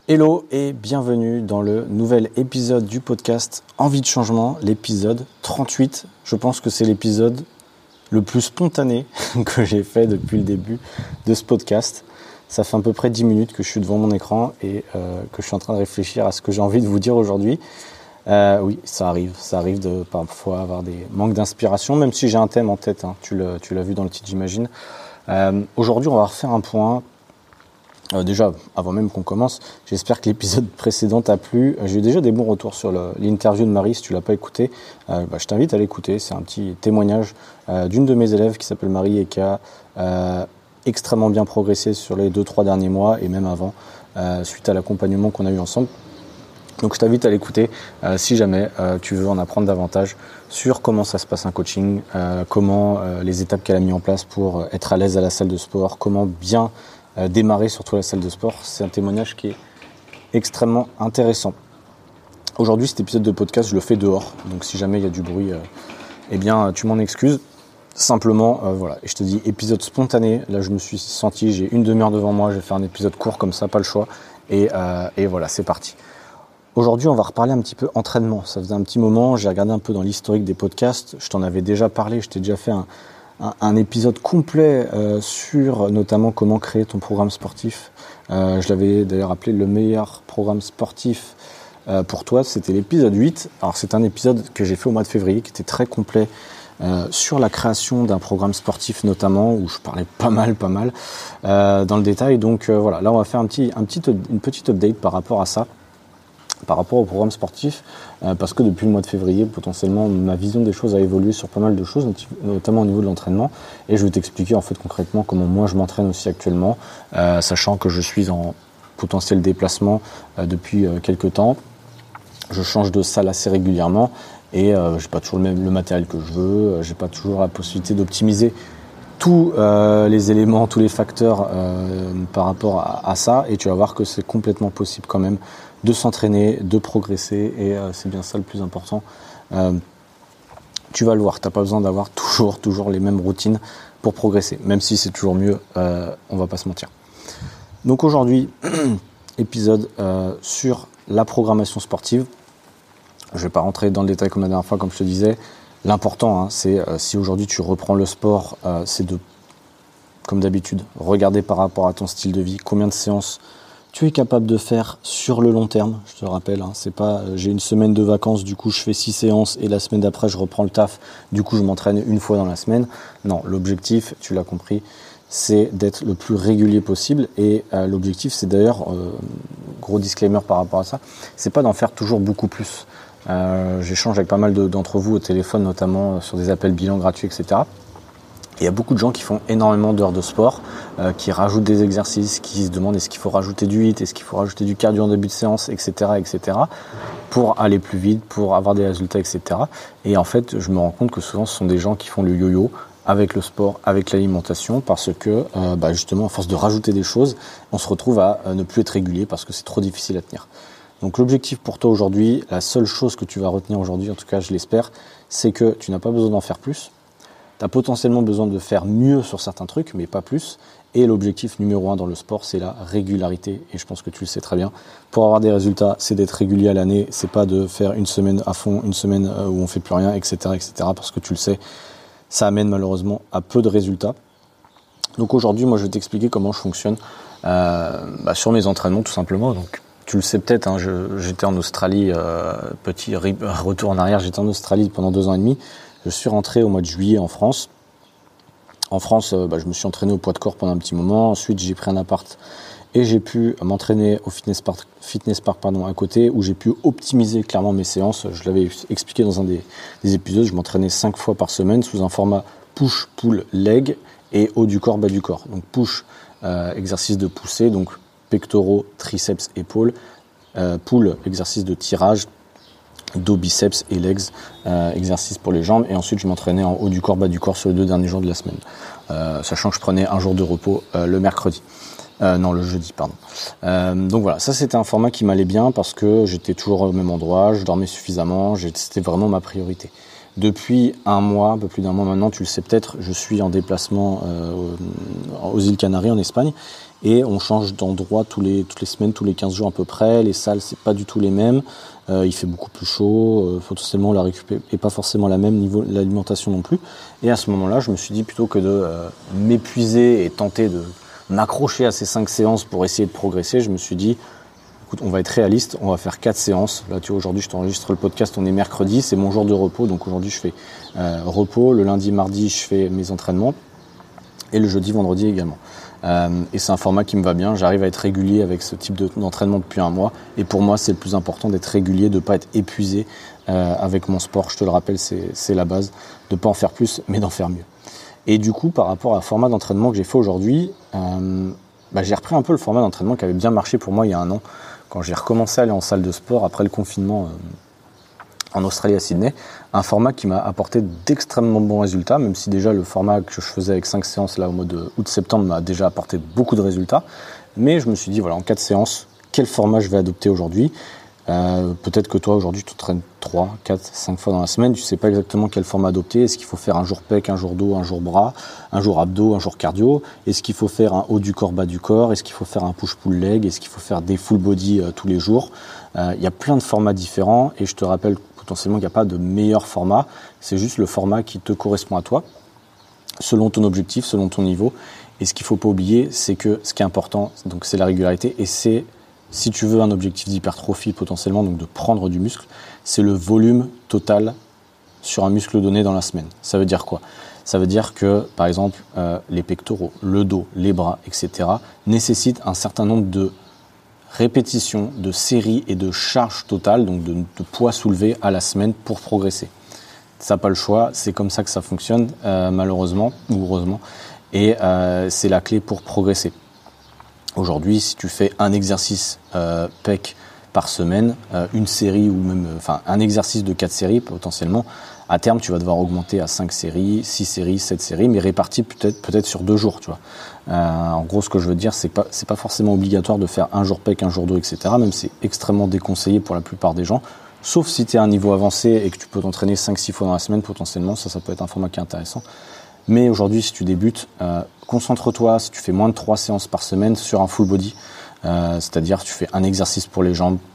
Hello et bienvenue dans le nouvel épisode du podcast Envie de changement, l'épisode 38. Je pense que c'est l'épisode le plus spontané que j'ai fait depuis le début de ce podcast. Ça fait à peu près 10 minutes que je suis devant mon écran et que je suis en train de réfléchir à ce que j'ai envie de vous dire aujourd'hui. Oui, ça arrive de parfois avoir des manques d'inspiration, même si j'ai un thème en tête, hein, tu l'as vu dans le titre, j'imagine. Aujourd'hui, on va refaire un point. Déjà, avant même qu'on commence, j'espère que l'épisode précédent t'a plu. J'ai eu déjà des bons retours sur l'interview de Marie. Si tu l'as pas écouté, je t'invite à l'écouter. C'est un petit témoignage d'une de mes élèves qui s'appelle Marie et qui a extrêmement bien progressé sur les 2-3 derniers mois et même avant, suite à l'accompagnement qu'on a eu ensemble. Donc je t'invite à l'écouter si jamais tu veux en apprendre davantage sur comment ça se passe un coaching, comment les étapes qu'elle a mis en place pour être à l'aise à la salle de sport, comment bien démarrer surtout la salle de sport. C'est un témoignage qui est extrêmement intéressant. Aujourd'hui, cet épisode de podcast, je le fais dehors. Donc si jamais il y a du bruit, tu m'en excuses. Simplement, voilà. Et je te dis, épisode spontané. Là, je me suis senti, j'ai une demi-heure devant moi. Je vais faire un épisode court comme ça, pas le choix. Et voilà, c'est parti. Aujourd'hui, on va reparler un petit peu entraînement. Ça faisait un petit moment, j'ai regardé un peu dans l'historique des podcasts. Je t'en avais déjà parlé, je t'ai déjà fait un épisode complet sur notamment comment créer ton programme sportif. Je l'avais d'ailleurs appelé le meilleur programme sportif pour toi. C'était l'épisode 8. Alors c'est un épisode que j'ai fait au mois de février qui était très complet sur la création d'un programme sportif notamment, où je parlais pas mal dans le détail. Donc voilà, là on va faire une petite update par rapport à ça. Par rapport au programme sportif, parce que depuis le mois de février, potentiellement, ma vision des choses a évolué sur pas mal de choses, notamment au niveau de l'entraînement. Et je vais t'expliquer en fait concrètement comment moi je m'entraîne aussi actuellement, sachant que je suis en potentiel déplacement depuis quelques temps. Je change de salle assez régulièrement et j'ai pas toujours le matériel que je veux, j'ai pas toujours la possibilité d'optimiser tous les éléments, tous les facteurs par rapport à ça, et tu vas voir que c'est complètement possible quand même de s'entraîner, de progresser, et c'est bien ça le plus important. Tu vas le voir, tu n'as pas besoin d'avoir toujours les mêmes routines pour progresser, même si c'est toujours mieux, on va pas se mentir. Donc aujourd'hui, épisode sur la programmation sportive. Je vais pas rentrer dans le détail comme la dernière fois, comme je te disais. L'important, c'est si aujourd'hui tu reprends le sport, c'est de, comme d'habitude, regarder par rapport à ton style de vie, combien de séances tu es capable de faire sur le long terme. Je te le rappelle, c'est pas j'ai une semaine de vacances, du coup je fais 6 séances et la semaine d'après je reprends le taf, du coup je m'entraîne une fois dans la semaine. Non, l'objectif, tu l'as compris, c'est d'être le plus régulier possible, et l'objectif c'est d'ailleurs, gros disclaimer par rapport à ça, c'est pas d'en faire toujours beaucoup plus. J'échange avec pas mal d'entre vous au téléphone, notamment sur des appels bilans gratuits, etc. Et il y a beaucoup de gens qui font énormément d'heures de sport, qui rajoutent des exercices, qui se demandent est-ce qu'il faut rajouter du HIIT, est-ce qu'il faut rajouter du cardio en début de séance, etc., pour aller plus vite, pour avoir des résultats, etc. Et en fait, je me rends compte que souvent, ce sont des gens qui font le yo-yo avec le sport, avec l'alimentation, parce que justement, à force de rajouter des choses, on se retrouve à ne plus être régulier parce que c'est trop difficile à tenir. Donc l'objectif pour toi aujourd'hui, la seule chose que tu vas retenir aujourd'hui, en tout cas je l'espère, c'est que tu n'as pas besoin d'en faire plus. Tu as potentiellement besoin de faire mieux sur certains trucs, mais pas plus. Et l'objectif numéro 1 dans le sport, c'est la régularité. Et je pense que tu le sais très bien. Pour avoir des résultats, c'est d'être régulier à l'année. C'est pas de faire une semaine à fond, une semaine où on fait plus rien, etc., parce que tu le sais, ça amène malheureusement à peu de résultats. Donc aujourd'hui, moi, je vais t'expliquer comment je fonctionne sur mes entraînements, tout simplement. Donc, tu le sais peut-être, j'étais en Australie, petit retour en arrière, j'étais en Australie pendant 2 ans et demi. Je suis rentré au mois de juillet en France. En France, je me suis entraîné au poids de corps pendant un petit moment. Ensuite, j'ai pris un appart et j'ai pu m'entraîner au fitness park à côté, où j'ai pu optimiser clairement mes séances. Je l'avais expliqué dans un des épisodes. Je m'entraînais 5 fois par semaine sous un format push, pull, leg et haut du corps, bas du corps. Donc push, exercice de poussée, donc pectoraux, triceps, épaules. Pull, exercice de tirage, dos, biceps et legs, exercice pour les jambes. Et ensuite, je m'entraînais en haut du corps, bas du corps sur les 2 derniers jours de la semaine. Sachant que je prenais un jour de repos le jeudi, pardon. Donc voilà, ça c'était un format qui m'allait bien parce que j'étais toujours au même endroit, je dormais suffisamment, c'était vraiment ma priorité. Depuis un mois, un peu plus d'un mois maintenant, tu le sais peut-être, je suis en déplacement aux îles Canaries en Espagne. et on change d'endroit toutes les semaines, tous les 15 jours à peu près. Les salles, c'est pas du tout les mêmes. Il fait beaucoup plus chaud. Potentiellement, la récup est pas forcément la même, niveau l'alimentation non plus. Et à ce moment-là, je me suis dit, plutôt que de m'épuiser et tenter de m'accrocher à ces 5 séances pour essayer de progresser, je me suis dit, écoute, on va être réaliste, on va faire 4 séances. Là, tu vois, aujourd'hui, je t'enregistre le podcast, on est mercredi, c'est mon jour de repos. Donc aujourd'hui, je fais repos. Le lundi, mardi, je fais mes entraînements. Et le jeudi, vendredi également. Et c'est un format qui me va bien. J'arrive à être régulier avec ce type d'entraînement depuis un mois. Et pour moi, c'est le plus important d'être régulier, de ne pas être épuisé avec mon sport. Je te le rappelle, c'est la base. De ne pas en faire plus, mais d'en faire mieux. Et du coup, par rapport à un format d'entraînement que j'ai fait aujourd'hui, j'ai repris un peu le format d'entraînement qui avait bien marché pour moi il y a un an, quand j'ai recommencé à aller en salle de sport après le confinement en Australie à Sydney, un format qui m'a apporté d'extrêmement bons résultats, même si déjà le format que je faisais avec 5 séances là au mois de août-septembre m'a déjà apporté beaucoup de résultats. Mais je me suis dit, voilà, en 4 séances, quel format je vais adopter aujourd'hui ? Peut-être que toi aujourd'hui tu t'entraînes 3, 4, 5 fois dans la semaine, tu sais pas exactement quel format adopter. Est-ce qu'il faut faire un jour pec, un jour dos, un jour bras, un jour abdos, un jour cardio? Est-ce qu'il faut faire un haut du corps, bas du corps? Est-ce qu'il faut faire un push-pull leg? Est-ce qu'il faut faire des full body tous les jours? Il y a plein de formats différents et je te rappelle potentiellement qu'il n'y a pas de meilleur format, c'est juste le format qui te correspond à toi, selon ton objectif, selon ton niveau. Et ce qu'il ne faut pas oublier, c'est que ce qui est important, donc c'est la régularité et c'est, si tu veux un objectif d'hypertrophie potentiellement, donc de prendre du muscle, c'est le volume total sur un muscle donné dans la semaine. Ça veut dire quoi ? Ça veut dire que, par exemple, les pectoraux, le dos, les bras, etc. nécessitent un certain nombre de répétitions, de séries et de charges totales, donc de poids soulevés à la semaine pour progresser. Ça n'a pas le choix, c'est comme ça que ça fonctionne, malheureusement ou heureusement, et c'est la clé pour progresser. Aujourd'hui, si tu fais un exercice pec par semaine, une série ou même un exercice de 4 séries potentiellement, à terme tu vas devoir augmenter à 5 séries, 6 séries, 7 séries, mais réparties peut-être sur 2 jours, tu vois. En gros, ce que je veux dire, c'est pas forcément obligatoire de faire un jour pec, un jour dos, etc. Même c'est extrêmement déconseillé pour la plupart des gens, sauf si tu es à un niveau avancé et que tu peux t'entraîner 5-6 fois dans la semaine potentiellement, ça peut être un format qui est intéressant. Mais aujourd'hui, si tu débutes, concentre-toi, si tu fais moins de 3 séances par semaine, sur un full body, c'est-à-dire tu fais un exercice pour les jambes,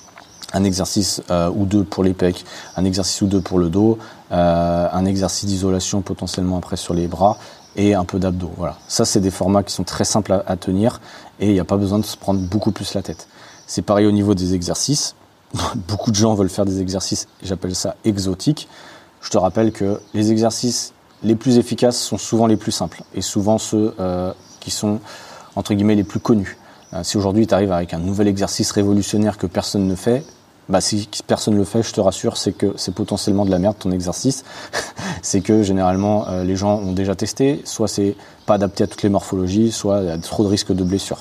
un exercice ou 2 pour les pecs, un exercice ou 2 pour le dos, un exercice d'isolation potentiellement après sur les bras et un peu d'abdos. Voilà. Ça, c'est des formats qui sont très simples à tenir et il n'y a pas besoin de se prendre beaucoup plus la tête. C'est pareil au niveau des exercices. Beaucoup de gens veulent faire des exercices, j'appelle ça exotiques. Je te rappelle que les exercices les plus efficaces sont souvent les plus simples et souvent ceux qui sont entre guillemets les plus connus. Si aujourd'hui tu arrives avec un nouvel exercice révolutionnaire que personne ne fait, si personne ne le fait, je te rassure, c'est que c'est potentiellement de la merde ton exercice. C'est que généralement les gens ont déjà testé, soit c'est pas adapté à toutes les morphologies, soit il y a trop de risques de blessures.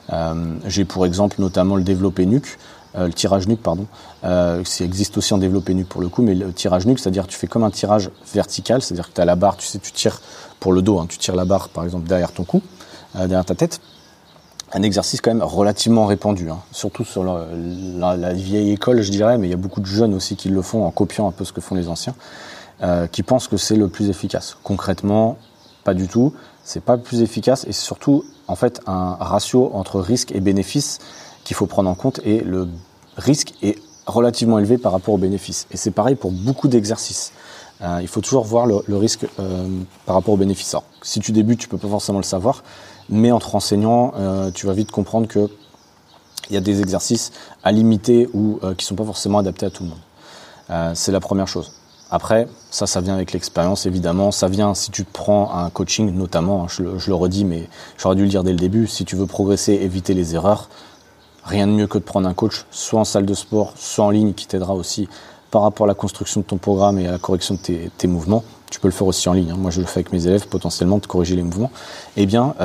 J'ai pour exemple notamment le développé nuque. Le tirage nuque, ça existe aussi en développé nuque pour le coup, mais le tirage nuque, c'est-à-dire que tu fais comme un tirage vertical, c'est-à-dire que tu as la barre, tu tires pour le dos, tu tires la barre par exemple derrière ton cou, derrière ta tête. Un exercice quand même relativement répandu, surtout sur la vieille école, je dirais, mais il y a beaucoup de jeunes aussi qui le font en copiant un peu ce que font les anciens, qui pensent que c'est le plus efficace. Concrètement, pas du tout, c'est pas le plus efficace et c'est surtout en fait un ratio entre risque et bénéfice qu'il faut prendre en compte et le risque est relativement élevé par rapport au bénéfice. Et c'est pareil pour beaucoup d'exercices. Il faut toujours voir le risque par rapport au bénéfice. Alors, si tu débutes, tu peux pas forcément le savoir, mais en te renseignant, tu vas vite comprendre qu'il y a des exercices à limiter ou qui sont pas forcément adaptés à tout le monde. C'est la première chose. Après, ça vient avec l'expérience, évidemment. Ça vient si tu te prends un coaching, notamment, je le redis, mais j'aurais dû le dire dès le début, si tu veux progresser, éviter les erreurs, rien de mieux que de prendre un coach, soit en salle de sport, soit en ligne, qui t'aidera aussi par rapport à la construction de ton programme et à la correction de tes mouvements. Tu peux le faire aussi en ligne. Moi, je le fais avec mes élèves, potentiellement, de corriger les mouvements. Eh bien,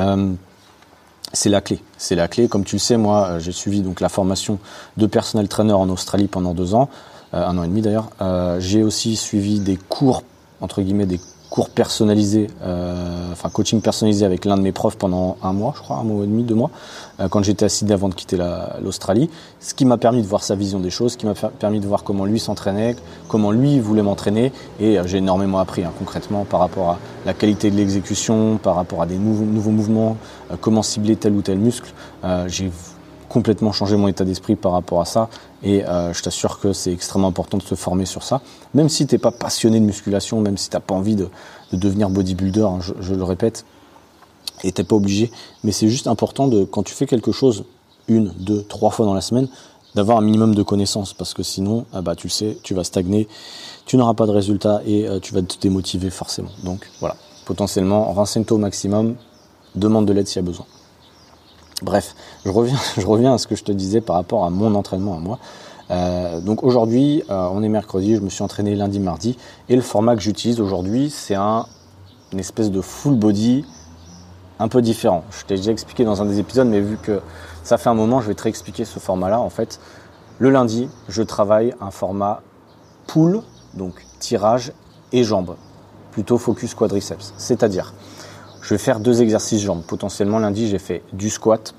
c'est la clé. C'est la clé. Comme tu le sais, moi, j'ai suivi donc la formation de personal trainer en Australie pendant 2 ans, 1 an et demi d'ailleurs. J'ai aussi suivi des cours, entre guillemets, des cours personnalisé, coaching personnalisé avec l'un de mes profs pendant un mois et demi, 2 mois, quand j'étais à Sydney avant de quitter l'Australie, ce qui m'a permis de voir sa vision des choses, ce qui m'a permis de voir comment lui s'entraînait, comment lui voulait m'entraîner, et j'ai énormément appris concrètement par rapport à la qualité de l'exécution, par rapport à des nouveaux mouvements, comment cibler tel ou tel muscle. J'ai complètement changé mon état d'esprit par rapport à ça, et je t'assure que c'est extrêmement important de se former sur ça, même si tu n'es pas passionné de musculation, même si tu n'as pas envie de devenir bodybuilder, je le répète, et tu n'es pas obligé, mais c'est juste important quand tu fais quelque chose 1, 2, 3 fois dans la semaine, d'avoir un minimum de connaissances, parce que sinon, tu le sais, tu vas stagner, tu n'auras pas de résultats et tu vas te démotiver forcément. Donc voilà, potentiellement, renseigne-toi au maximum, demande de l'aide s'il y a besoin. Bref, je reviens à ce que je te disais par rapport à mon entraînement à moi. Donc aujourd'hui, on est mercredi, je me suis entraîné lundi, mardi, et le format que j'utilise aujourd'hui, c'est une espèce de full body un peu différent. Je t'ai déjà expliqué dans un des épisodes, mais vu que ça fait un moment, je vais te réexpliquer ce format-là. En fait, le lundi, je travaille un format pull, donc tirage et jambes, plutôt focus quadriceps. C'est-à-dire, je vais faire 2 exercices jambes. Potentiellement, lundi, j'ai fait du squat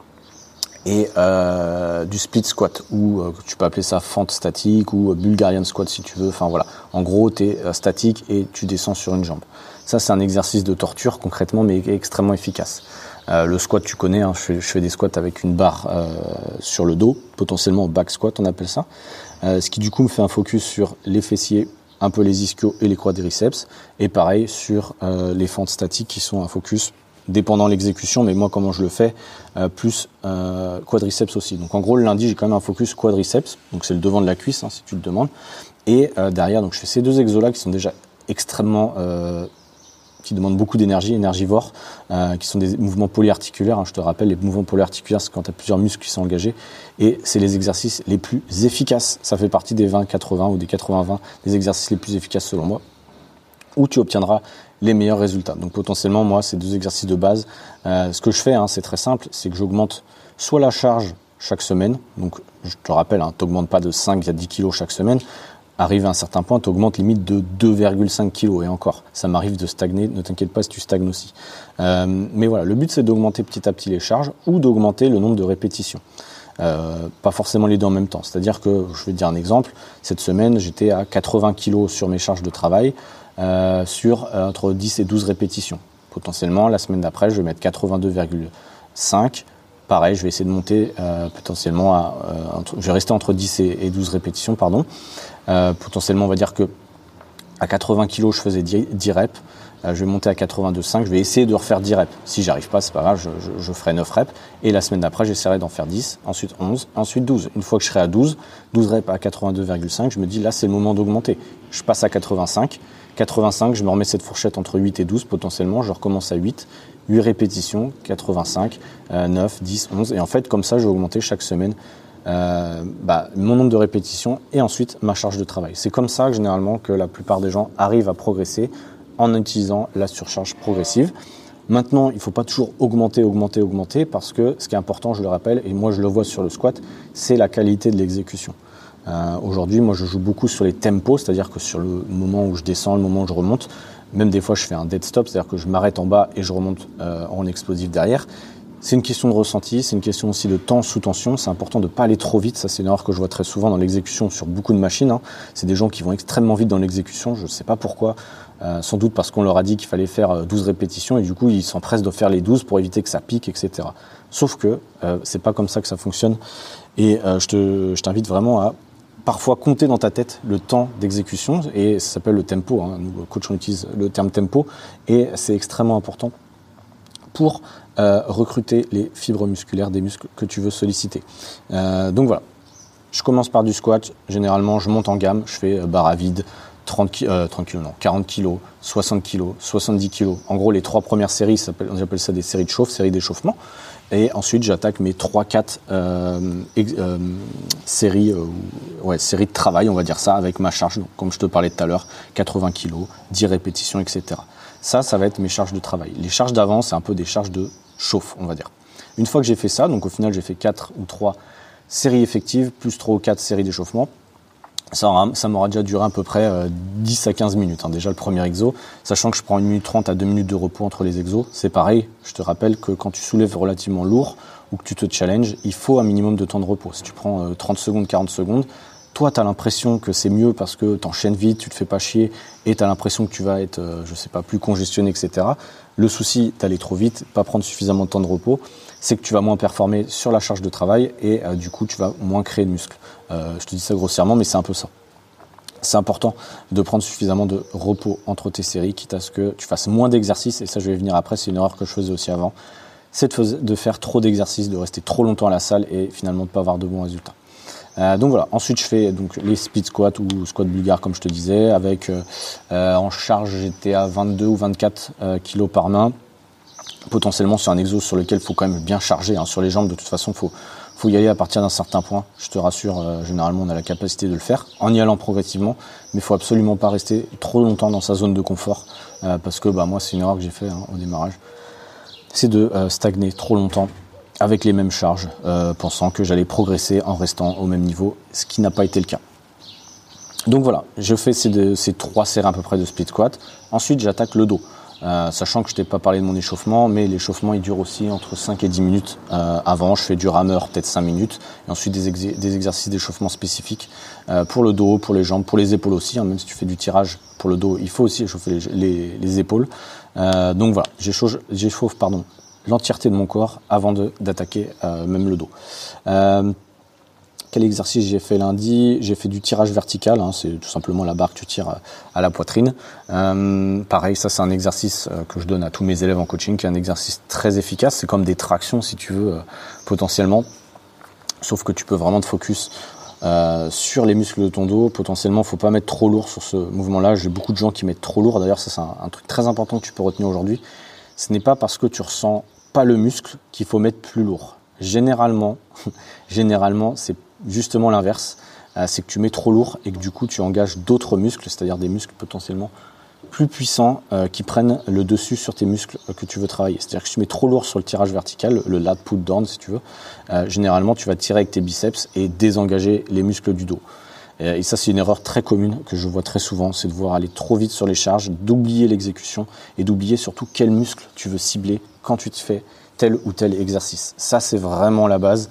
et du split squat, ou tu peux appeler ça fente statique ou Bulgarian squat si tu veux. Enfin voilà, en gros, tu es statique et tu descends sur une jambe. Ça, c'est un exercice de torture concrètement, mais extrêmement efficace. Le squat, tu connais, je fais des squats avec une barre sur le dos, potentiellement back squat, on appelle ça. Ce qui du coup me fait un focus sur les fessiers, un peu les ischios et les quadriceps, et pareil sur les fentes statiques qui sont un focus dépendant de l'exécution, mais moi comment je le fais, plus quadriceps aussi. Donc en gros le lundi j'ai quand même un focus quadriceps, donc c'est le devant de la cuisse si tu le demandes, et derrière donc je fais ces 2 exos là qui sont déjà extrêmement qui demandent beaucoup d'énergie, énergivores, qui sont des mouvements polyarticulaires. Je te rappelle, les mouvements polyarticulaires, c'est quand tu as plusieurs muscles qui sont engagés, et c'est les exercices les plus efficaces. Ça fait partie des 20-80 ou des 80-20, des exercices les plus efficaces selon moi, où tu obtiendras les meilleurs résultats. Donc potentiellement, moi, ces 2 exercices de base, ce que je fais, c'est très simple, c'est que j'augmente soit la charge chaque semaine, donc je te rappelle, tu n'augmentes pas de 5 à 10 kg chaque semaine. Arrive à un certain point, tu augmentes limite de 2,5 kg, et encore, ça m'arrive de stagner, ne t'inquiète pas si tu stagnes aussi. Mais voilà, le but c'est d'augmenter petit à petit les charges ou d'augmenter le nombre de répétitions. Pas forcément les 2 en même temps, c'est-à-dire que, je vais te dire un exemple, cette semaine j'étais à 80 kg sur mes charges de travail, sur entre 10 et 12 répétitions. Potentiellement, la semaine d'après, je vais mettre 82,5. Pareil, je vais essayer de monter potentiellement je vais rester entre 10 et 12 répétitions, pardon. Potentiellement, on va dire que à 80 kg, je faisais 10 reps. Je vais monter à 82,5. Je vais essayer de refaire 10 reps. Si j'arrive pas, c'est pas grave, je ferai 9 reps. Et la semaine d'après, j'essaierai d'en faire 10, ensuite 11, ensuite 12. Une fois que je serai à 12 reps à 82,5, je me dis là, c'est le moment d'augmenter. Je passe à 85. 85, je me remets cette fourchette entre 8 et 12 potentiellement. Je recommence à 8 répétitions, 85, 9, 10, 11. Et en fait, comme ça, je vais augmenter chaque semaine mon nombre de répétitions et ensuite ma charge de travail. C'est comme ça, généralement, que la plupart des gens arrivent à progresser en utilisant la surcharge progressive. Maintenant, il ne faut pas toujours augmenter, parce que ce qui est important, je le rappelle, et moi je le vois sur le squat, c'est la qualité de l'exécution. Aujourd'hui, moi je joue beaucoup sur les tempos, c'est-à-dire que sur le moment où je descends, le moment où je remonte, même des fois je fais un dead stop, c'est-à-dire que je m'arrête en bas et je remonte en explosif derrière. C'est une question de ressenti, c'est une question aussi de temps sous tension. C'est important de ne pas aller trop vite. Ça, c'est une erreur que je vois très souvent dans l'exécution sur beaucoup de machines. C'est des gens qui vont extrêmement vite dans l'exécution. Je ne sais pas pourquoi. Sans doute parce qu'on leur a dit qu'il fallait faire 12 répétitions et du coup, ils s'empressent de faire les 12 pour éviter que ça pique, etc. Sauf que c'est pas comme ça que ça fonctionne. Et je t'invite vraiment à parfois compter dans ta tête le temps d'exécution. Et ça s'appelle le tempo. Nous, coach, on utilise le terme tempo. Et c'est extrêmement important pour recruter les fibres musculaires des muscles que tu veux solliciter. Donc voilà, je commence par du squat. Généralement, je monte en gamme. Je fais barre à vide, 40 kg, 60 kg, 70 kg. En gros, les 3 premières séries, on appelle ça des séries de chauffe, séries d'échauffement. Et ensuite, j'attaque mes 3-4 séries de travail, on va dire ça, avec ma charge. Donc, comme je te parlais tout à l'heure, 80 kg, 10 répétitions, etc. Ça va être mes charges de travail. Les charges d'avant, c'est un peu des charges de chauffe, on va dire. Une fois que j'ai fait ça, donc au final, j'ai fait 4 ou 3 séries effectives, plus 3 ou 4 séries d'échauffement. Ça m'aura déjà duré à peu près 10 à 15 minutes, hein, déjà le premier exo, sachant que je prends 1 minute 30 à 2 minutes de repos entre les exos. C'est pareil, je te rappelle que quand tu soulèves relativement lourd ou que tu te challenges, il faut un minimum de temps de repos. Si tu prends 30 secondes, 40 secondes, toi tu as l'impression que c'est mieux parce que tu enchaînes vite, tu te fais pas chier et tu as l'impression que tu vas être, plus congestionné, etc. Le souci d'aller trop vite, pas prendre suffisamment de temps de repos, c'est que tu vas moins performer sur la charge de travail et du coup tu vas moins créer de muscles. Je te dis ça grossièrement, mais c'est un peu ça. C'est important de prendre suffisamment de repos entre tes séries, quitte à ce que tu fasses moins d'exercices, et ça je vais y venir après, c'est une erreur que je faisais aussi avant, c'est de faire trop d'exercices, de rester trop longtemps à la salle et finalement de ne pas avoir de bons résultats. Donc voilà, ensuite je fais donc les split squats ou squat bulgare comme je te disais, avec en charge j'étais à 22 ou 24 kilos par main, potentiellement sur un exo sur lequel il faut quand même bien charger, hein. Sur les jambes de toute façon faut y aller à partir d'un certain point, je te rassure, généralement on a la capacité de le faire en y allant progressivement, mais il faut absolument pas rester trop longtemps dans sa zone de confort, parce que moi c'est une erreur que j'ai fait au démarrage, c'est de stagner trop longtemps avec les mêmes charges, pensant que j'allais progresser en restant au même niveau, ce qui n'a pas été le cas. Donc voilà, je fais ces 3 séries à peu près de split squat. Ensuite j'attaque le dos, sachant que je t'ai pas parlé de mon échauffement, mais l'échauffement il dure aussi entre 5 et 10 minutes. Avant je fais du rameur peut-être 5 minutes, et ensuite des exercices d'échauffement spécifiques pour le dos, pour les jambes, pour les épaules aussi, hein. Même si tu fais du tirage pour le dos, il faut aussi échauffer les épaules. Donc voilà, j'échauffe l'entièreté de mon corps avant d'attaquer même le dos. Quel exercice j'ai fait lundi? J'ai fait du tirage vertical, hein, c'est tout simplement la barre que tu tires à la poitrine. Pareil, ça c'est un exercice que je donne à tous mes élèves en coaching, qui est un exercice très efficace. C'est comme des tractions si tu veux, potentiellement, sauf que tu peux vraiment te focus sur les muscles de ton dos. Potentiellement, il ne faut pas mettre trop lourd sur ce mouvement-là. J'ai beaucoup de gens qui mettent trop lourd. D'ailleurs, ça c'est un truc très important que tu peux retenir aujourd'hui. Ce n'est pas parce que tu ressens pas le muscle qu'il faut mettre plus lourd. Généralement, c'est justement l'inverse. C'est que tu mets trop lourd et que du coup tu engages d'autres muscles, c'est-à-dire des muscles potentiellement plus puissants qui prennent le dessus sur tes muscles que tu veux travailler. C'est-à-dire que si tu mets trop lourd sur le tirage vertical, le lat put down si tu veux, généralement tu vas tirer avec tes biceps et désengager les muscles du dos. Et ça c'est une erreur très commune que je vois très souvent, c'est de vouloir aller trop vite sur les charges, d'oublier l'exécution et d'oublier surtout quel muscle tu veux cibler quand tu te fais tel ou tel exercice. Ça c'est vraiment la base,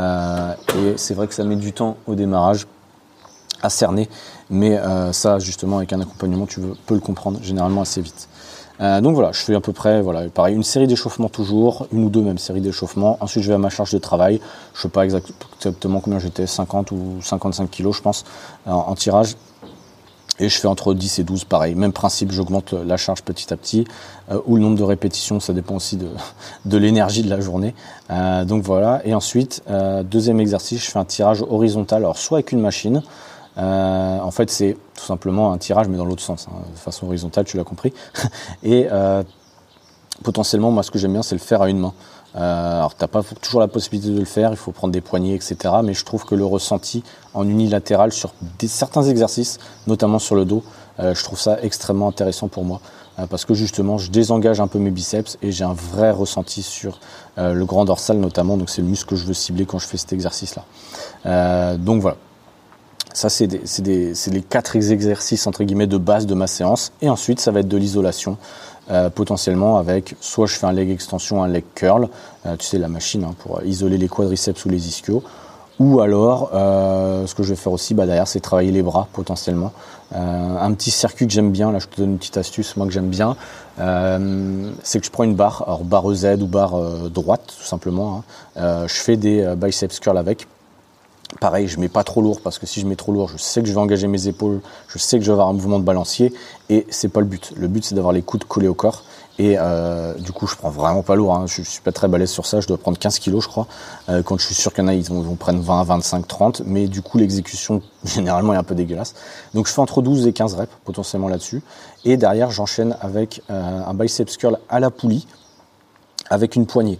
et c'est vrai que ça met du temps au démarrage à cerner, mais ça justement avec un accompagnement tu peux le comprendre généralement assez vite. Donc voilà, je fais à peu près pareil, une série d'échauffements toujours, une ou deux même séries d'échauffements. Ensuite je vais à ma charge de travail, je ne sais pas exactement combien j'étais, 50 ou 55 kilos je pense en tirage. Et je fais entre 10 et 12, pareil. Même principe, j'augmente la charge petit à petit. Ou le nombre de répétitions, ça dépend aussi de l'énergie de la journée. Donc voilà. Et ensuite, deuxième exercice, je fais un tirage horizontal. Alors soit avec une machine. En fait, c'est tout simplement un tirage, mais dans l'autre sens. Hein, de façon horizontale, tu l'as compris. Et potentiellement, moi, ce que j'aime bien, c'est le faire à une main. Alors t'as pas toujours la possibilité de le faire, il faut prendre des poignées, etc. Mais je trouve que le ressenti en unilatéral sur certains exercices, notamment sur le dos, je trouve ça extrêmement intéressant pour moi, parce que justement je désengage un peu mes biceps et j'ai un vrai ressenti sur le grand dorsal notamment, donc c'est le muscle que je veux cibler quand je fais cet exercice-là. Donc voilà. Ça, c'est les 4 exercices entre guillemets de base de ma séance. Et ensuite, ça va être de l'isolation, potentiellement avec soit je fais un leg extension, un leg curl, tu sais la machine pour isoler les quadriceps ou les ischios. Ou alors, ce que je vais faire aussi derrière, c'est travailler les bras potentiellement. Un petit circuit que j'aime bien, là je te donne une petite astuce, moi que j'aime bien, c'est que je prends une barre, alors barre Z ou barre droite tout simplement. Je fais des biceps curl avec. Pareil, je mets pas trop lourd parce que si je mets trop lourd, je sais que je vais engager mes épaules, je sais que je vais avoir un mouvement de balancier et c'est pas le but. Le but c'est d'avoir les coudes collés au corps et du coup je prends vraiment pas lourd. Je suis pas très balèze sur ça, je dois prendre 15 kilos je crois. Quand je suis sûr qu'il y en a, ils vont prendre 20, 25, 30, mais du coup l'exécution généralement est un peu dégueulasse. Donc je fais entre 12 et 15 reps potentiellement là-dessus et derrière j'enchaîne avec un biceps curl à la poulie avec une poignée.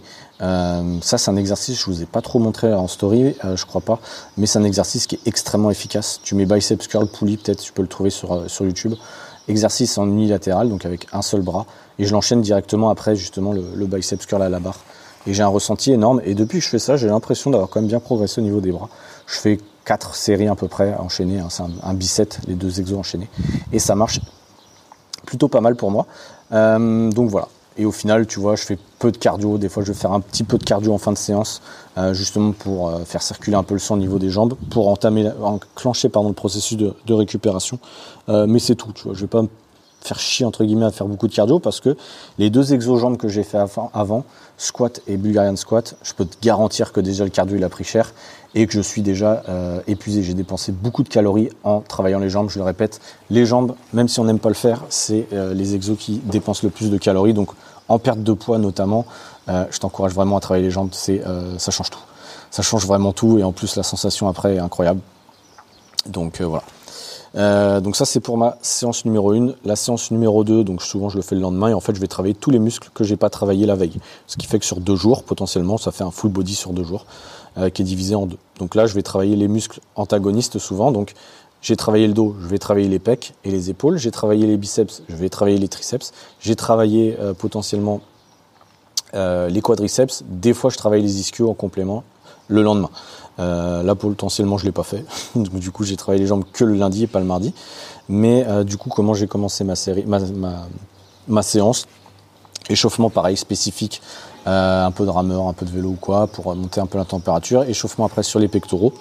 Ça c'est un exercice, je vous ai pas trop montré en story, je crois pas, mais c'est un exercice qui est extrêmement efficace. Tu mets biceps curl poulie, peut-être tu peux le trouver sur YouTube. Exercice en unilatéral, donc avec un seul bras, et je l'enchaîne directement après justement le biceps curl à la barre. Et j'ai un ressenti énorme, et depuis que je fais ça, j'ai l'impression d'avoir quand même bien progressé au niveau des bras. Je fais 4 séries à peu près enchaînées, hein, c'est un bicep, les 2 exos enchaînés, et ça marche plutôt pas mal pour moi. Donc voilà. Et au final, tu vois, je fais peu de cardio. Des fois, je vais faire un petit peu de cardio en fin de séance, justement pour faire circuler un peu le sang au niveau des jambes, pour enclencher le processus de récupération. Mais c'est tout, tu vois. Je vais pas me faire chier, entre guillemets, à faire beaucoup de cardio, parce que les 2 exo-jambes que j'ai fait avant, squat et Bulgarian squat, je peux te garantir que déjà le cardio, il a pris cher et que je suis déjà épuisé. J'ai dépensé beaucoup de calories en travaillant les jambes. Je le répète, les jambes, même si on n'aime pas le faire, c'est les exos qui dépensent le plus de calories. Donc, en perte de poids notamment, je t'encourage vraiment à travailler les jambes. Ça change tout. Ça change vraiment tout. Et en plus, la sensation après est incroyable. Donc, voilà. Donc ça, c'est pour ma séance numéro 1. La séance numéro 2, donc souvent je le fais le lendemain. Et en fait, je vais travailler tous les muscles que j'ai pas travaillé la veille. Ce qui fait que sur 2 jours, potentiellement, ça fait un full body sur 2 jours. Qui est divisé en 2. Donc là, je vais travailler les muscles antagonistes souvent. Donc, j'ai travaillé le dos, je vais travailler les pecs et les épaules. J'ai travaillé les biceps, je vais travailler les triceps. J'ai travaillé potentiellement les quadriceps. Des fois, je travaille les ischios en complément le lendemain. Là, potentiellement, je l'ai pas fait. Donc, du coup, j'ai travaillé les jambes que le lundi et pas le mardi. Mais du coup, comment j'ai commencé ma séance? Échauffement pareil, spécifique. Un peu de rameur, un peu de vélo ou quoi, pour monter un peu la température. Échauffement après sur les pectoraux.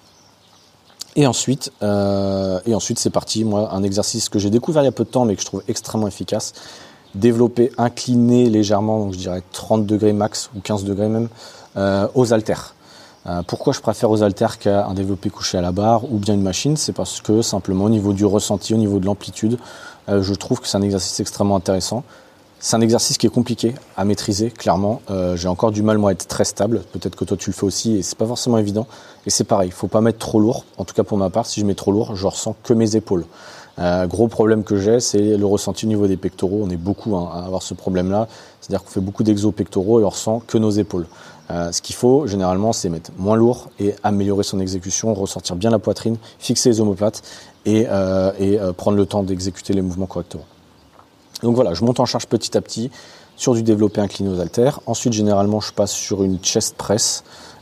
Et ensuite c'est parti. Moi, un exercice que j'ai découvert il y a peu de temps, mais que je trouve extrêmement efficace. Développer, incliner légèrement, donc je dirais 30 degrés max, ou 15 degrés même, aux haltères. Pourquoi je préfère aux haltères qu'à un développé couché à la barre ou bien une machine? C'est parce que simplement au niveau du ressenti, au niveau de l'amplitude, je trouve que c'est un exercice extrêmement intéressant. C'est un exercice qui est compliqué à maîtriser, clairement. J'ai encore du mal, moi, à être très stable. Peut-être que toi, tu le fais aussi et c'est pas forcément évident. Et c'est pareil, il faut pas mettre trop lourd. En tout cas, pour ma part, si je mets trop lourd, je ressens que mes épaules. Gros problème que j'ai, c'est le ressenti au niveau des pectoraux. On est beaucoup à avoir ce problème-là. C'est-à-dire qu'on fait beaucoup d'exos pectoraux et on ressent que nos épaules. Ce qu'il faut, généralement, c'est mettre moins lourd et améliorer son exécution, ressortir bien la poitrine, fixer les omoplates et prendre le temps d'exécuter les mouvements correctement. Donc voilà, je monte en charge petit à petit sur du développé incliné aux haltères. Ensuite, généralement, je passe sur une chest press,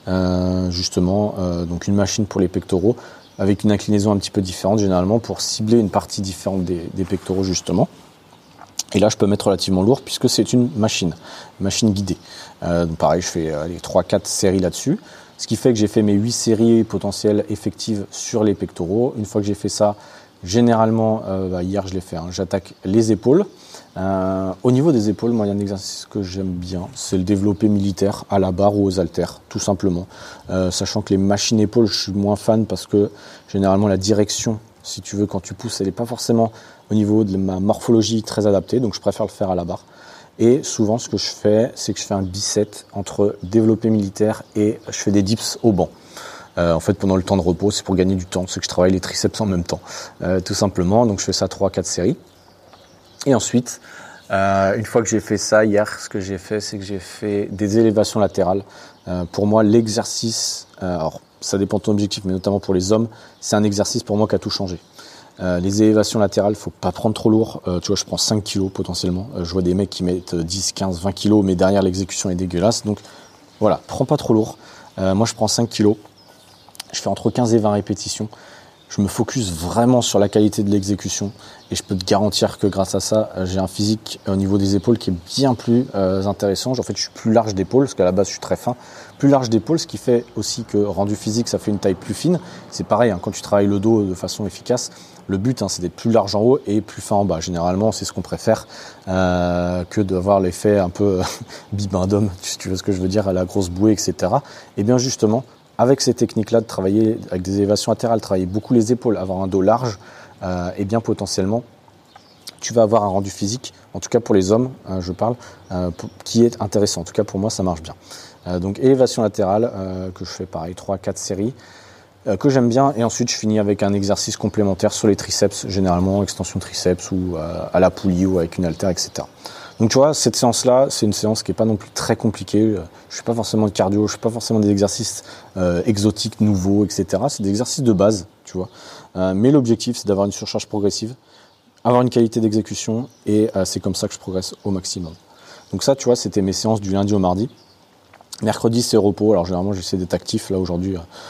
donc une machine pour les pectoraux, avec une inclinaison un petit peu différente, généralement, pour cibler une partie différente des pectoraux, justement. Et là, je peux mettre relativement lourd, puisque c'est une machine guidée. Donc pareil, je fais les 3-4 séries là-dessus. Ce qui fait que j'ai fait mes 8 séries potentielles effectives sur les pectoraux. Une fois que j'ai fait ça, généralement, hier je l'ai fait, j'attaque les épaules. Au niveau des épaules, moi il y a un exercice que j'aime bien, c'est le développé militaire à la barre ou aux haltères, tout simplement. Sachant que les machines épaules, je suis moins fan parce que généralement la direction, si tu veux, quand tu pousses, elle n'est pas forcément au niveau de ma morphologie très adaptée, donc je préfère le faire à la barre. Et souvent ce que je fais, c'est que je fais un bicep entre développé militaire et je fais des dips au banc. En fait, pendant le temps de repos, c'est pour gagner du temps, c'est que je travaille les triceps en même temps, tout simplement. Donc je fais ça 3-4 séries. Et ensuite, une fois que j'ai fait ça, hier, ce que j'ai fait, c'est que j'ai fait des élévations latérales. Pour moi, l'exercice, alors ça dépend de ton objectif, mais notamment pour les hommes, c'est un exercice pour moi qui a tout changé. Les élévations latérales, faut pas prendre trop lourd. Tu vois, je prends 5 kilos potentiellement. Je vois des mecs qui mettent 10, 15, 20 kilos, mais derrière l'exécution est dégueulasse. Donc voilà, prends pas trop lourd. Moi, je prends 5 kilos. Je fais entre 15 et 20 répétitions. Je me focus vraiment sur la qualité de l'exécution et je peux te garantir que grâce à ça, j'ai un physique au niveau des épaules qui est bien plus intéressant. En fait, je suis plus large d'épaule parce qu'à la base, je suis très fin. Plus large d'épaule, ce qui fait aussi que rendu physique, ça fait une taille plus fine. C'est pareil, quand tu travailles le dos de façon efficace, le but, c'est d'être plus large en haut et plus fin en bas. Généralement, c'est ce qu'on préfère que d'avoir l'effet un peu bibendum, si tu vois ce que je veux dire, à la grosse bouée, etc. Et bien justement, avec ces techniques-là, de travailler avec des élévations latérales, travailler beaucoup les épaules, avoir un dos large, et bien potentiellement, tu vas avoir un rendu physique, en tout cas pour les hommes, je parle, qui est intéressant. En tout cas pour moi, ça marche bien. Donc élévation latérale, que je fais pareil, 3-4 séries, que j'aime bien. Et ensuite, je finis avec un exercice complémentaire sur les triceps, généralement extension triceps ou à la poulie ou avec une haltère, etc. Donc tu vois, cette séance-là, c'est une séance qui n'est pas non plus très compliquée. Je fais pas forcément de cardio, je fais pas forcément des exercices exotiques, nouveaux, etc. C'est des exercices de base, tu vois. Mais l'objectif, c'est d'avoir une surcharge progressive, avoir une qualité d'exécution, et c'est comme ça que je progresse au maximum. Donc ça, tu vois, c'était mes séances du lundi au mardi. Mercredi, c'est repos. Alors généralement, j'essaie d'être actif. Là, aujourd'hui,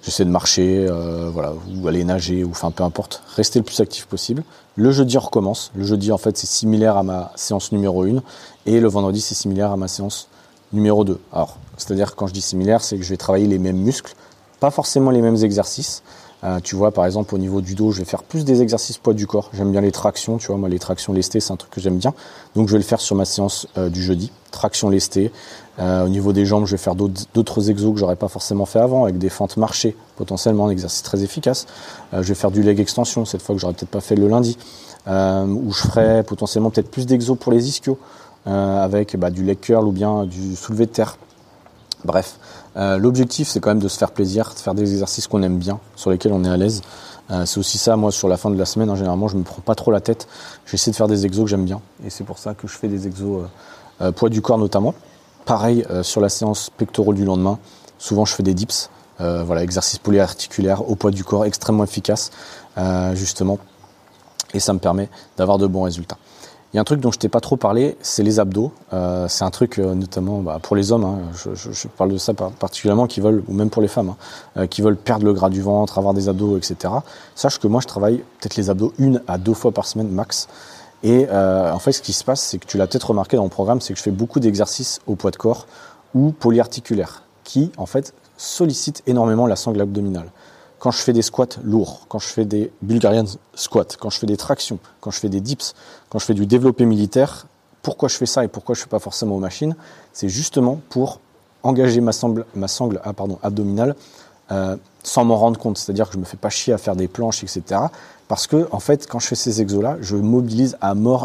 J'essaie de marcher, ou aller nager, ou peu importe. Rester le plus actif possible. Le jeudi, on recommence. Le jeudi, en fait, c'est similaire à ma séance numéro 1. Et le vendredi, c'est similaire à ma séance numéro 2. Alors, c'est-à-dire, quand je dis similaire, c'est que je vais travailler les mêmes muscles, pas forcément les mêmes exercices. Tu vois, par exemple, au niveau du dos, je vais faire plus des exercices poids du corps. J'aime bien les tractions, tu vois, moi, les tractions lestées, c'est un truc que j'aime bien. Donc, je vais le faire sur ma séance du jeudi, traction lestée. Au niveau des jambes, je vais faire d'autres exos que j'aurais pas forcément fait avant, avec des fentes marchées, potentiellement, un exercice très efficace. Je vais faire du leg extension, cette fois que j'aurais peut-être pas fait le lundi, où je ferai potentiellement peut-être plus d'exos pour les ischios, avec du leg curl ou bien du soulevé de terre. Bref, l'objectif, c'est quand même de se faire plaisir, de faire des exercices qu'on aime bien, sur lesquels on est à l'aise. C'est aussi ça, moi, sur la fin de la semaine, généralement, je me prends pas trop la tête. J'essaie de faire des exos que j'aime bien. Et c'est pour ça que je fais des exos poids du corps notamment. Pareil, sur la séance pectoraux du lendemain, souvent je fais des dips. Exercice polyarticulaire au poids du corps, extrêmement efficace, justement. Et ça me permet d'avoir de bons résultats. Il y a un truc dont je t'ai pas trop parlé, c'est les abdos. C'est un truc notamment pour les hommes, je parle de ça particulièrement, qui veulent, ou même pour les femmes, qui veulent perdre le gras du ventre, avoir des abdos, etc. Sache que moi je travaille peut-être les abdos 1 à 2 fois par semaine max. Et en fait, ce qui se passe, c'est que tu l'as peut-être remarqué dans mon programme, c'est que je fais beaucoup d'exercices au poids de corps ou polyarticulaires qui, en fait, sollicitent énormément la sangle abdominale. Quand je fais des squats lourds, quand je fais des Bulgarian squats, quand je fais des tractions, quand je fais des dips, quand je fais du développé militaire, pourquoi je fais ça et pourquoi je ne fais pas forcément aux machines? C'est justement pour engager ma sangle abdominale sans m'en rendre compte. C'est-à-dire que je ne me fais pas chier à faire des planches, etc. Parce que, en fait, quand je fais ces exos-là, je mobilise à mort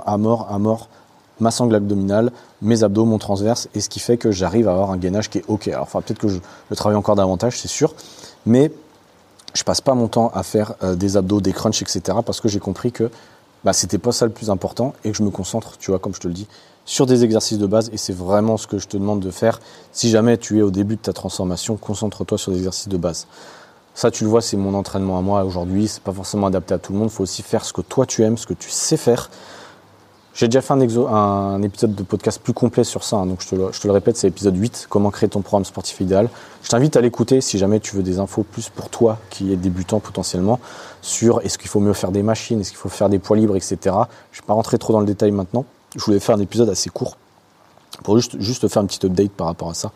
ma sangle abdominale, mes abdos, mon transverse, et ce qui fait que j'arrive à avoir un gainage qui est OK. Alors, peut-être que je travaille encore davantage, c'est sûr, mais je passe pas mon temps à faire des abdos, des crunchs, etc. parce que j'ai compris que c'était pas ça le plus important et que je me concentre, tu vois, comme je te le dis, sur des exercices de base, et c'est vraiment ce que je te demande de faire. Si jamais tu es au début de ta transformation, concentre-toi sur des exercices de base. Ça, tu le vois, c'est mon entraînement à moi aujourd'hui. C'est pas forcément adapté à tout le monde. Il faut aussi faire ce que toi tu aimes, ce que tu sais faire. J'ai déjà fait un épisode de podcast plus complet sur ça, donc je te le répète, c'est l'épisode 8, comment créer ton programme sportif idéal. Je t'invite à l'écouter si jamais tu veux des infos plus pour toi qui est débutant potentiellement, sur est-ce qu'il faut mieux faire des machines, est-ce qu'il faut faire des poids libres, etc. Je ne vais pas rentrer trop dans le détail maintenant. Je voulais faire un épisode assez court pour juste faire une petite update par rapport à ça.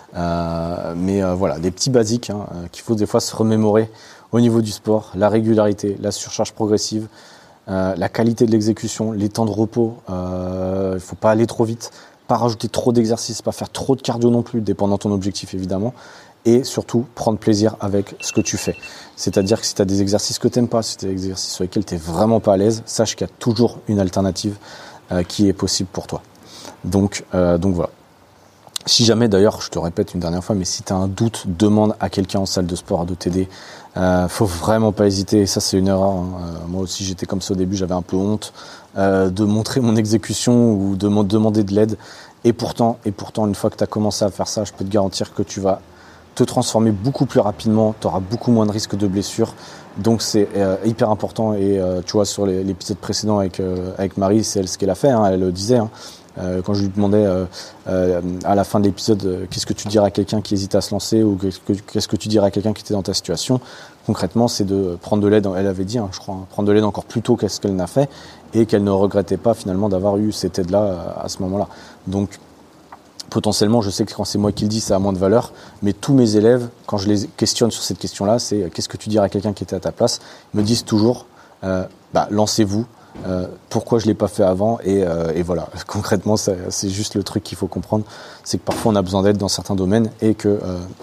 Des petits basiques qu'il faut des fois se remémorer au niveau du sport, la régularité, la surcharge progressive, la qualité de l'exécution, les temps de repos, il faut pas aller trop vite, pas rajouter trop d'exercices, pas faire trop de cardio non plus, dépendant de ton objectif évidemment, et surtout prendre plaisir avec ce que tu fais. C'est-à-dire que si tu as des exercices que tu n'aimes pas, si tu as des exercices sur lesquels tu n'es vraiment pas à l'aise, sache qu'il y a toujours une alternative qui est possible pour toi. Donc voilà. Si jamais, d'ailleurs, je te répète une dernière fois, mais si tu as un doute, demande à quelqu'un en salle de sport de t'aider. Faut vraiment pas hésiter, et ça c'est une erreur. Moi aussi j'étais comme ça au début, j'avais un peu honte de montrer mon exécution ou de me demander de l'aide. Et pourtant, une fois que tu as commencé à faire ça, je peux te garantir que tu vas te transformer beaucoup plus rapidement, tu auras beaucoup moins de risques de blessures. Donc c'est hyper important, et tu vois, sur l'épisode précédent avec Marie, c'est ce qu'elle a fait, elle le disait. Quand je lui demandais à la fin de l'épisode qu'est-ce que tu dirais à quelqu'un qui hésite à se lancer, ou qu'est-ce que tu dirais à quelqu'un qui était dans ta situation, concrètement c'est de prendre de l'aide. Elle avait dit, je crois, prendre de l'aide encore plus tôt qu'est-ce qu'elle n'a fait, et qu'elle ne regrettait pas finalement d'avoir eu cette aide-là à ce moment-là. Donc potentiellement, je sais que quand c'est moi qui le dis, ça a moins de valeur, mais tous mes élèves, quand je les questionne sur cette question-là, c'est qu'est-ce que tu dirais à quelqu'un qui était à ta place, ils me disent toujours lancez-vous. Pourquoi je l'ai pas fait avant, et voilà, concrètement c'est juste le truc qu'il faut comprendre, c'est que parfois on a besoin d'aide dans certains domaines, et que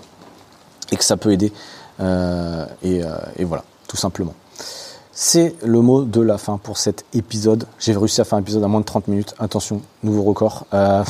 ça peut aider, et voilà, tout simplement. C'est le mot de la fin pour cet épisode. J'ai réussi à faire un épisode à moins de 30 minutes. Attention, nouveau record.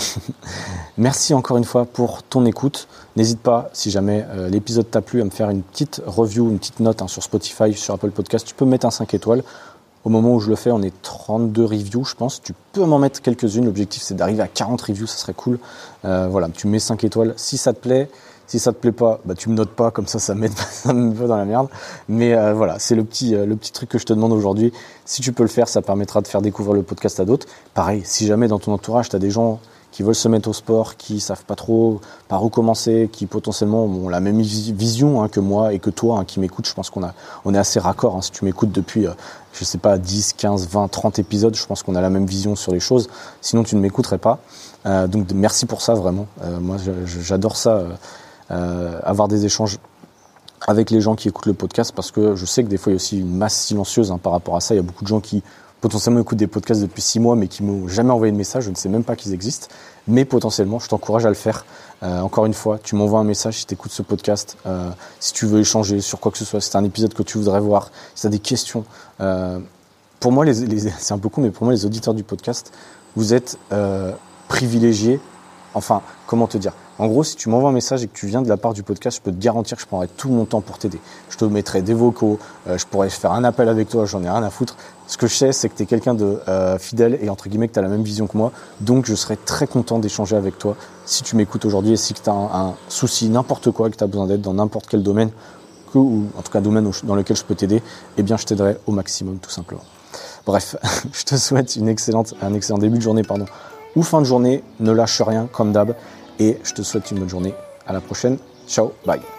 Merci encore une fois pour ton écoute. N'hésite pas, si jamais l'épisode t'a plu, à me faire une petite review, une petite note sur Spotify, sur Apple Podcast. Tu peux me mettre un 5 étoiles. Au moment où je le fais, on est 32 reviews, je pense. Tu peux m'en mettre quelques-unes. L'objectif, c'est d'arriver à 40 reviews, ça serait cool. Tu me mets 5 étoiles si ça te plaît. Si ça te plaît pas, tu me notes pas, comme ça m'aide pas dans la merde. Mais c'est le petit truc que je te demande aujourd'hui. Si tu peux le faire, ça permettra de faire découvrir le podcast à d'autres. Pareil, si jamais dans ton entourage, tu as des gens qui veulent se mettre au sport, qui savent pas trop par où commencer, qui potentiellement ont la même vision que moi et que toi qui m'écoutes. Je pense on est assez raccord. Si tu m'écoutes depuis, je sais pas, 10, 15, 20, 30 épisodes, je pense qu'on a la même vision sur les choses. Sinon, tu ne m'écouterais pas. Donc, merci pour ça, vraiment. Moi, j'adore ça, avoir des échanges avec les gens qui écoutent le podcast, parce que je sais que des fois, il y a aussi une masse silencieuse par rapport à ça. Il y a beaucoup de gens qui potentiellement écoutent des podcasts depuis 6 mois, mais qui m'ont jamais envoyé de message. Je ne sais même pas qu'ils existent. Mais potentiellement, je t'encourage à le faire. Encore une fois, tu m'envoies un message si tu écoutes ce podcast, si tu veux échanger sur quoi que ce soit, si c'est un épisode que tu voudrais voir, si tu as des questions. Pour moi, c'est un peu con, mais pour moi, les auditeurs du podcast, vous êtes privilégiés. Enfin, comment te dire ? En gros, si tu m'envoies un message et que tu viens de la part du podcast, je peux te garantir que je prendrai tout mon temps pour t'aider. Je te mettrai des vocaux, je pourrais faire un appel avec toi, j'en ai rien à foutre. Ce que je sais, c'est que tu es quelqu'un de fidèle et entre guillemets que tu as la même vision que moi. Donc, je serais très content d'échanger avec toi si tu m'écoutes aujourd'hui et si tu as un souci, n'importe quoi, que tu as besoin d'aide dans n'importe quel domaine, ou en tout cas un domaine dans lequel je peux t'aider, eh bien, je t'aiderai au maximum, tout simplement. Bref, je te souhaite un excellent début de journée, ou fin de journée. Ne lâche rien, comme d'hab. Et je te souhaite une bonne journée. À la prochaine. Ciao, bye.